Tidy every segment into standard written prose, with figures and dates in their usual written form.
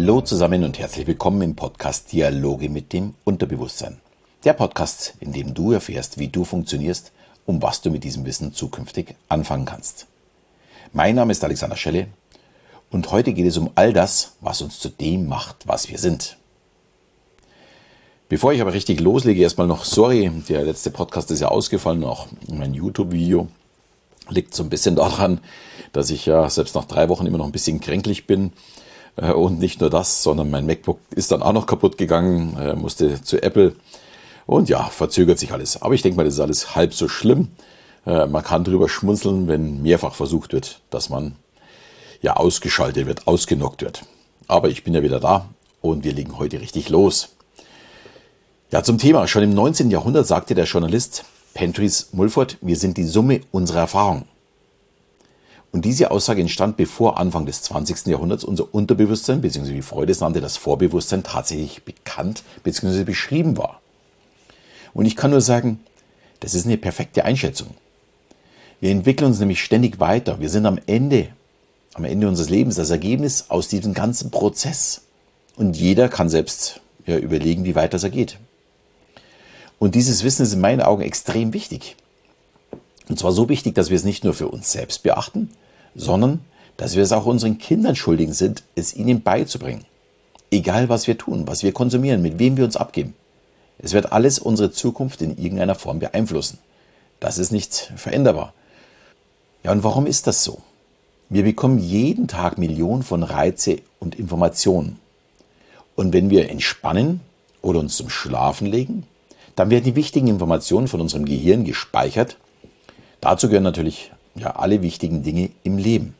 Hallo zusammen und herzlich willkommen im Podcast Dialoge mit dem Unterbewusstsein. Der Podcast, in dem du erfährst, wie du funktionierst und was du mit diesem Wissen zukünftig anfangen kannst. Mein Name ist Alexander Schelle und heute geht es um all das, was uns zu dem macht, was wir sind. Bevor ich aber richtig loslege, erstmal noch sorry, der letzte Podcast ist ja ausgefallen, auch mein YouTube-Video liegt so ein bisschen daran, dass ich ja selbst nach 3 Wochen immer noch ein bisschen kränklich bin. Und nicht nur das, sondern mein MacBook ist dann auch noch kaputt gegangen, musste zu Apple und ja, verzögert sich alles. Aber ich denke mal, das ist alles halb so schlimm. Man kann drüber schmunzeln, wenn mehrfach versucht wird, dass man ja ausgeschaltet wird, ausgenockt wird. Aber ich bin ja wieder da und wir legen heute richtig los. Ja, zum Thema. Schon im 19. Jahrhundert sagte der Journalist Patrice Mulford, wir sind die Summe unserer Erfahrungen. Und diese Aussage entstand, bevor Anfang des 20. Jahrhunderts unser Unterbewusstsein, beziehungsweise wie Freud es nannte, das Vorbewusstsein tatsächlich bekannt bzw. beschrieben war. Und ich kann nur sagen, das ist eine perfekte Einschätzung. Wir entwickeln uns nämlich ständig weiter. Wir sind am Ende unseres Lebens das Ergebnis aus diesem ganzen Prozess. Und jeder kann selbst überlegen, wie weit das geht. Und dieses Wissen ist in meinen Augen extrem wichtig. Und zwar so wichtig, dass wir es nicht nur für uns selbst beachten, sondern dass wir es auch unseren Kindern schuldig sind, es ihnen beizubringen. Egal, was wir tun, was wir konsumieren, mit wem wir uns abgeben. Es wird alles unsere Zukunft in irgendeiner Form beeinflussen. Das ist nicht veränderbar. Ja, und warum ist das so? Wir bekommen jeden Tag Millionen von Reize und Informationen. Und wenn wir entspannen oder uns zum Schlafen legen, dann werden die wichtigen Informationen von unserem Gehirn gespeichert. Dazu gehören natürlich alle wichtigen Dinge im Leben.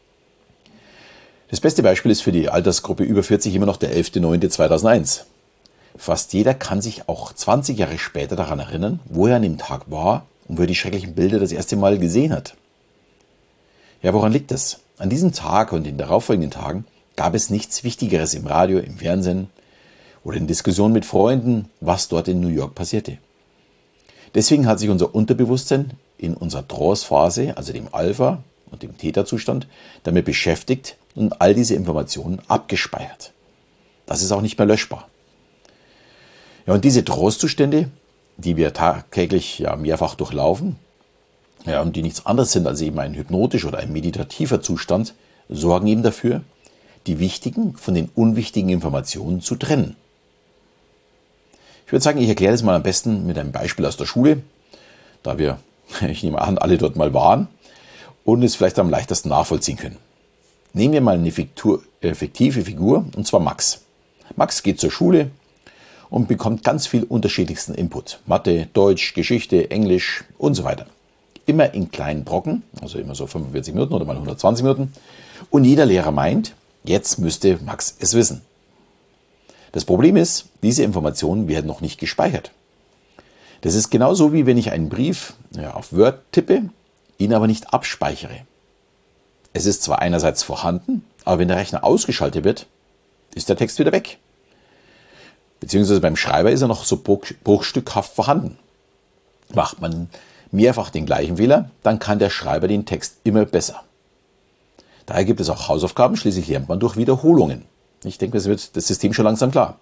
Das beste Beispiel ist für die Altersgruppe über 40 immer noch der 11.09.2001. Fast jeder kann sich auch 20 Jahre später daran erinnern, wo er an dem Tag war und wo er die schrecklichen Bilder das erste Mal gesehen hat. Ja, woran liegt das? An diesem Tag und den darauffolgenden Tagen gab es nichts Wichtigeres im Radio, im Fernsehen oder in Diskussionen mit Freunden, was dort in New York passierte. Deswegen hat sich unser Unterbewusstsein in unserer Trance-Phase, also dem Alpha- und dem Theta-Zustand, damit beschäftigt und all diese Informationen abgespeichert. Das ist auch nicht mehr löschbar. Ja, und diese Trance-Zustände, die wir tagtäglich mehrfach durchlaufen, und die nichts anderes sind als eben ein hypnotischer oder ein meditativer Zustand, sorgen eben dafür, die wichtigen von den unwichtigen Informationen zu trennen. Ich würde sagen, ich erkläre das mal am besten mit einem Beispiel aus der Schule, da wir, ich nehme an, alle dort mal waren und es vielleicht am leichtesten nachvollziehen können. Nehmen wir mal eine fiktive Figur, und zwar Max. Max geht zur Schule und bekommt ganz viel unterschiedlichsten Input. Mathe, Deutsch, Geschichte, Englisch und so weiter. Immer in kleinen Brocken, also immer so 45 Minuten oder mal 120 Minuten. Und jeder Lehrer meint, jetzt müsste Max es wissen. Das Problem ist, diese Informationen werden noch nicht gespeichert. Das ist genauso wie wenn ich einen Brief auf Word tippe, ihn aber nicht abspeichere. Es ist zwar einerseits vorhanden, aber wenn der Rechner ausgeschaltet wird, ist der Text wieder weg. Beziehungsweise beim Schreiber ist er noch so bruchstückhaft vorhanden. Macht man mehrfach den gleichen Fehler, dann kann der Schreiber den Text immer besser. Daher gibt es auch Hausaufgaben, schließlich lernt man durch Wiederholungen. Ich denke, es wird das System schon langsam klar.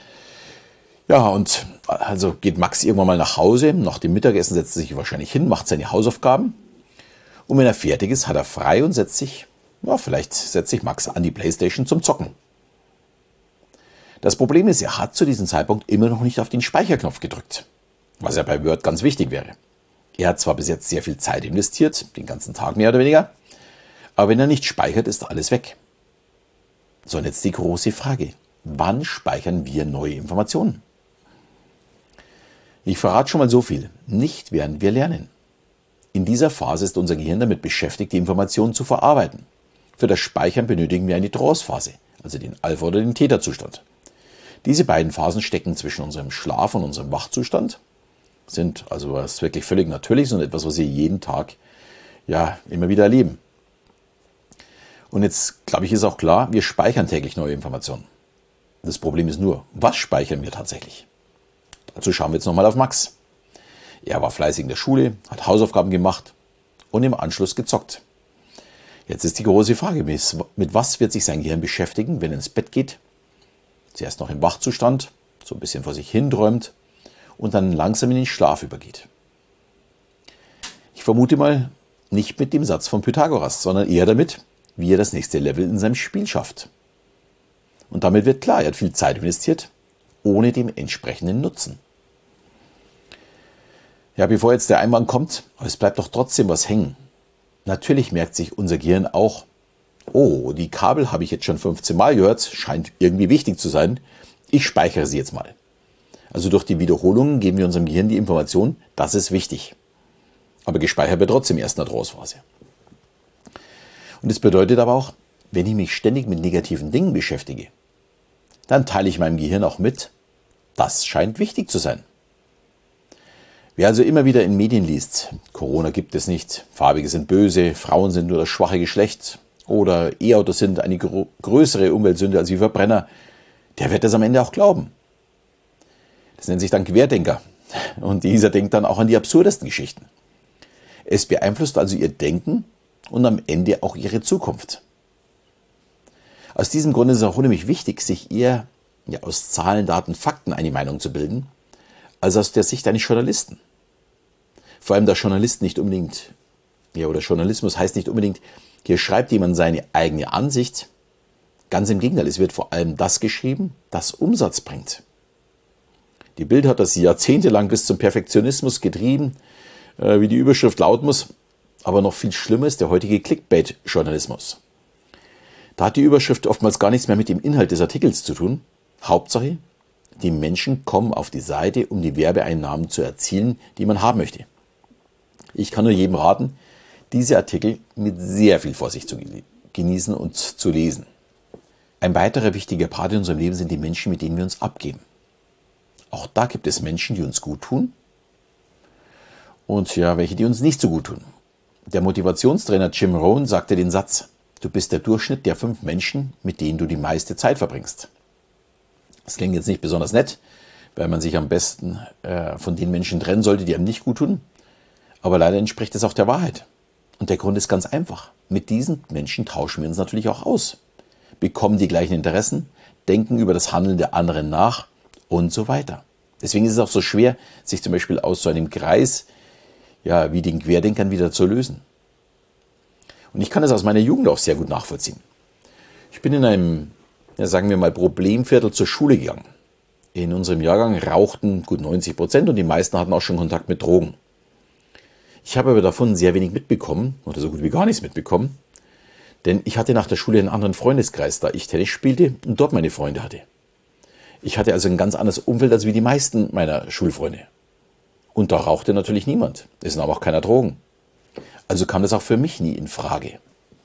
Ja, und also geht Max irgendwann mal nach Hause, nach dem Mittagessen setzt er sich wahrscheinlich hin, macht seine Hausaufgaben. Und wenn er fertig ist, hat er frei und vielleicht setzt sich Max an die Playstation zum Zocken. Das Problem ist, er hat zu diesem Zeitpunkt immer noch nicht auf den Speicherknopf gedrückt, was ja bei Word ganz wichtig wäre. Er hat zwar bis jetzt sehr viel Zeit investiert, den ganzen Tag mehr oder weniger, aber wenn er nicht speichert, ist alles weg. So, und jetzt die große Frage. Wann speichern wir neue Informationen? Ich verrate schon mal so viel. Nicht während wir lernen. In dieser Phase ist unser Gehirn damit beschäftigt, die Informationen zu verarbeiten. Für das Speichern benötigen wir eine Trance-Phase, also den Alpha- oder den Theta-Zustand. Diese beiden Phasen stecken zwischen unserem Schlaf- und unserem Wachzustand, sind also was wirklich völlig Natürliches und etwas, was wir jeden Tag immer wieder erleben. Und jetzt, glaube ich, ist auch klar, wir speichern täglich neue Informationen. Das Problem ist nur, was speichern wir tatsächlich? Dazu schauen wir jetzt nochmal auf Max. Er war fleißig in der Schule, hat Hausaufgaben gemacht und im Anschluss gezockt. Jetzt ist die große Frage, mit was wird sich sein Gehirn beschäftigen, wenn er ins Bett geht zuerst noch im Wachzustand, so ein bisschen vor sich hinträumt und dann langsam in den Schlaf übergeht. Ich vermute mal nicht mit dem Satz von Pythagoras, sondern eher damit, wie er das nächste Level in seinem Spiel schafft. Und damit wird klar, er hat viel Zeit investiert, ohne den entsprechenden Nutzen. Ja, bevor jetzt der Einwand kommt, aber es bleibt doch trotzdem was hängen. Natürlich merkt sich unser Gehirn auch, oh, die Kabel habe ich jetzt schon 15 Mal gehört, scheint irgendwie wichtig zu sein, ich speichere sie jetzt mal. Also durch die Wiederholungen geben wir unserem Gehirn die Information, das ist wichtig. Aber gespeichert wird trotzdem erst in der Trance-Phase. Und das bedeutet aber auch, wenn ich mich ständig mit negativen Dingen beschäftige, dann teile ich meinem Gehirn auch mit, das scheint wichtig zu sein. Wer also immer wieder in Medien liest, Corona gibt es nicht, Farbige sind böse, Frauen sind nur das schwache Geschlecht oder E-Autos sind eine größere Umweltsünde als die Verbrenner, der wird das am Ende auch glauben. Das nennt sich dann Querdenker. Und dieser denkt dann auch an die absurdesten Geschichten. Es beeinflusst also ihr Denken und am Ende auch ihre Zukunft. Aus diesem Grund ist es auch unheimlich wichtig, sich eher aus Zahlen, Daten, Fakten eine Meinung zu bilden, als aus der Sicht eines Journalisten. Vor allem, da Journalist nicht unbedingt, oder Journalismus heißt nicht unbedingt, hier schreibt jemand seine eigene Ansicht. Ganz im Gegenteil, es wird vor allem das geschrieben, das Umsatz bringt. Die Bild hat das jahrzehntelang bis zum Perfektionismus getrieben, wie die Überschrift lauten muss. Aber noch viel schlimmer ist der heutige Clickbait-Journalismus. Da hat die Überschrift oftmals gar nichts mehr mit dem Inhalt des Artikels zu tun. Hauptsache, die Menschen kommen auf die Seite, um die Werbeeinnahmen zu erzielen, die man haben möchte. Ich kann nur jedem raten, diese Artikel mit sehr viel Vorsicht zu genießen und zu lesen. Ein weiterer wichtiger Part in unserem Leben sind die Menschen, mit denen wir uns abgeben. Auch da gibt es Menschen, die uns gut tun und welche, die uns nicht so gut tun. Der Motivationstrainer Jim Rohn sagte den Satz, du bist der Durchschnitt der 5 Menschen, mit denen du die meiste Zeit verbringst. Das klingt jetzt nicht besonders nett, weil man sich am besten von den Menschen trennen sollte, die einem nicht gut tun. Aber leider entspricht es auch der Wahrheit. Und der Grund ist ganz einfach. Mit diesen Menschen tauschen wir uns natürlich auch aus, bekommen die gleichen Interessen, denken über das Handeln der anderen nach und so weiter. Deswegen ist es auch so schwer, sich zum Beispiel aus so einem Kreis, wie den Querdenkern wieder zu lösen. Und ich kann das aus meiner Jugend auch sehr gut nachvollziehen. Ich bin in einem, sagen wir mal, Problemviertel zur Schule gegangen. In unserem Jahrgang rauchten gut 90% und die meisten hatten auch schon Kontakt mit Drogen. Ich habe aber davon sehr wenig mitbekommen oder so gut wie gar nichts mitbekommen, denn ich hatte nach der Schule einen anderen Freundeskreis, da ich Tennis spielte und dort meine Freunde hatte. Ich hatte also ein ganz anderes Umfeld als wie die meisten meiner Schulfreunde. Und da rauchte natürlich niemand. Es nahm auch keiner Drogen. Also kam das auch für mich nie in Frage.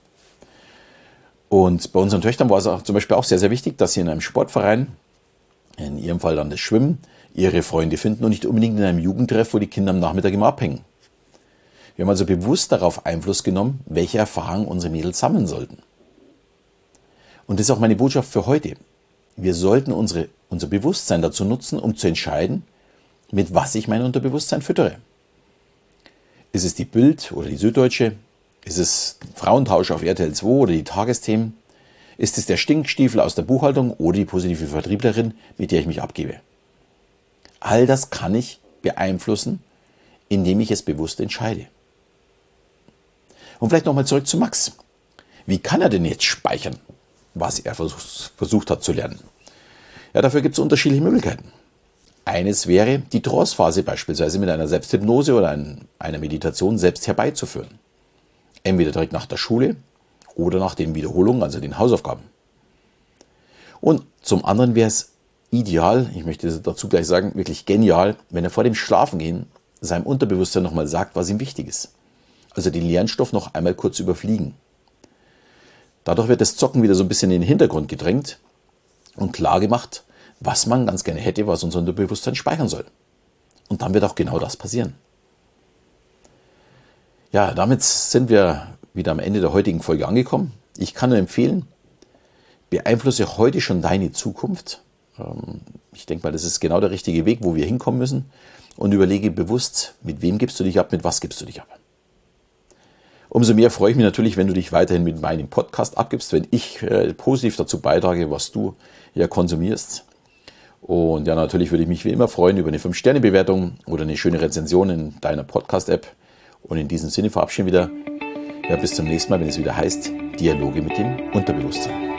Und bei unseren Töchtern war es auch zum Beispiel auch sehr, sehr wichtig, dass sie in einem Sportverein, in ihrem Fall dann das Schwimmen, ihre Freunde finden und nicht unbedingt in einem Jugendtreff, wo die Kinder am Nachmittag immer abhängen. Wir haben also bewusst darauf Einfluss genommen, welche Erfahrungen unsere Mädels sammeln sollten. Und das ist auch meine Botschaft für heute. Wir sollten unser Bewusstsein dazu nutzen, um zu entscheiden, mit was ich mein Unterbewusstsein füttere. Ist es die Bild oder die Süddeutsche? Ist es Frauentausch auf RTL 2 oder die Tagesthemen? Ist es der Stinkstiefel aus der Buchhaltung oder die positive Vertrieblerin, mit der ich mich abgebe? All das kann ich beeinflussen, indem ich es bewusst entscheide. Und vielleicht nochmal zurück zu Max. Wie kann er denn jetzt speichern, was er versucht hat zu lernen? Ja, dafür gibt es unterschiedliche Möglichkeiten. Eines wäre, die Trance-Phase beispielsweise mit einer Selbsthypnose oder einer Meditation selbst herbeizuführen. Entweder direkt nach der Schule oder nach den Wiederholungen, also den Hausaufgaben. Und zum anderen wäre es ideal, ich möchte dazu gleich sagen, wirklich genial, wenn er vor dem Schlafengehen seinem Unterbewusstsein nochmal sagt, was ihm wichtig ist. Also den Lernstoff noch einmal kurz überfliegen. Dadurch wird das Zocken wieder so ein bisschen in den Hintergrund gedrängt und klar gemacht, was man ganz gerne hätte, was unser Unterbewusstsein speichern soll. Und dann wird auch genau das passieren. Ja, damit sind wir wieder am Ende der heutigen Folge angekommen. Ich kann nur empfehlen, beeinflusse heute schon deine Zukunft. Ich denke mal, das ist genau der richtige Weg, wo wir hinkommen müssen. Und überlege bewusst, mit wem gibst du dich ab, mit was gibst du dich ab. Umso mehr freue ich mich natürlich, wenn du dich weiterhin mit meinem Podcast abgibst, wenn ich positiv dazu beitrage, was du ja konsumierst. Und ja, natürlich würde ich mich wie immer freuen über eine 5-Sterne-Bewertung oder eine schöne Rezension in deiner Podcast-App. Und in diesem Sinne verabschieden wir wieder. Ja, bis zum nächsten Mal, wenn es wieder heißt, Dialoge mit dem Unterbewusstsein.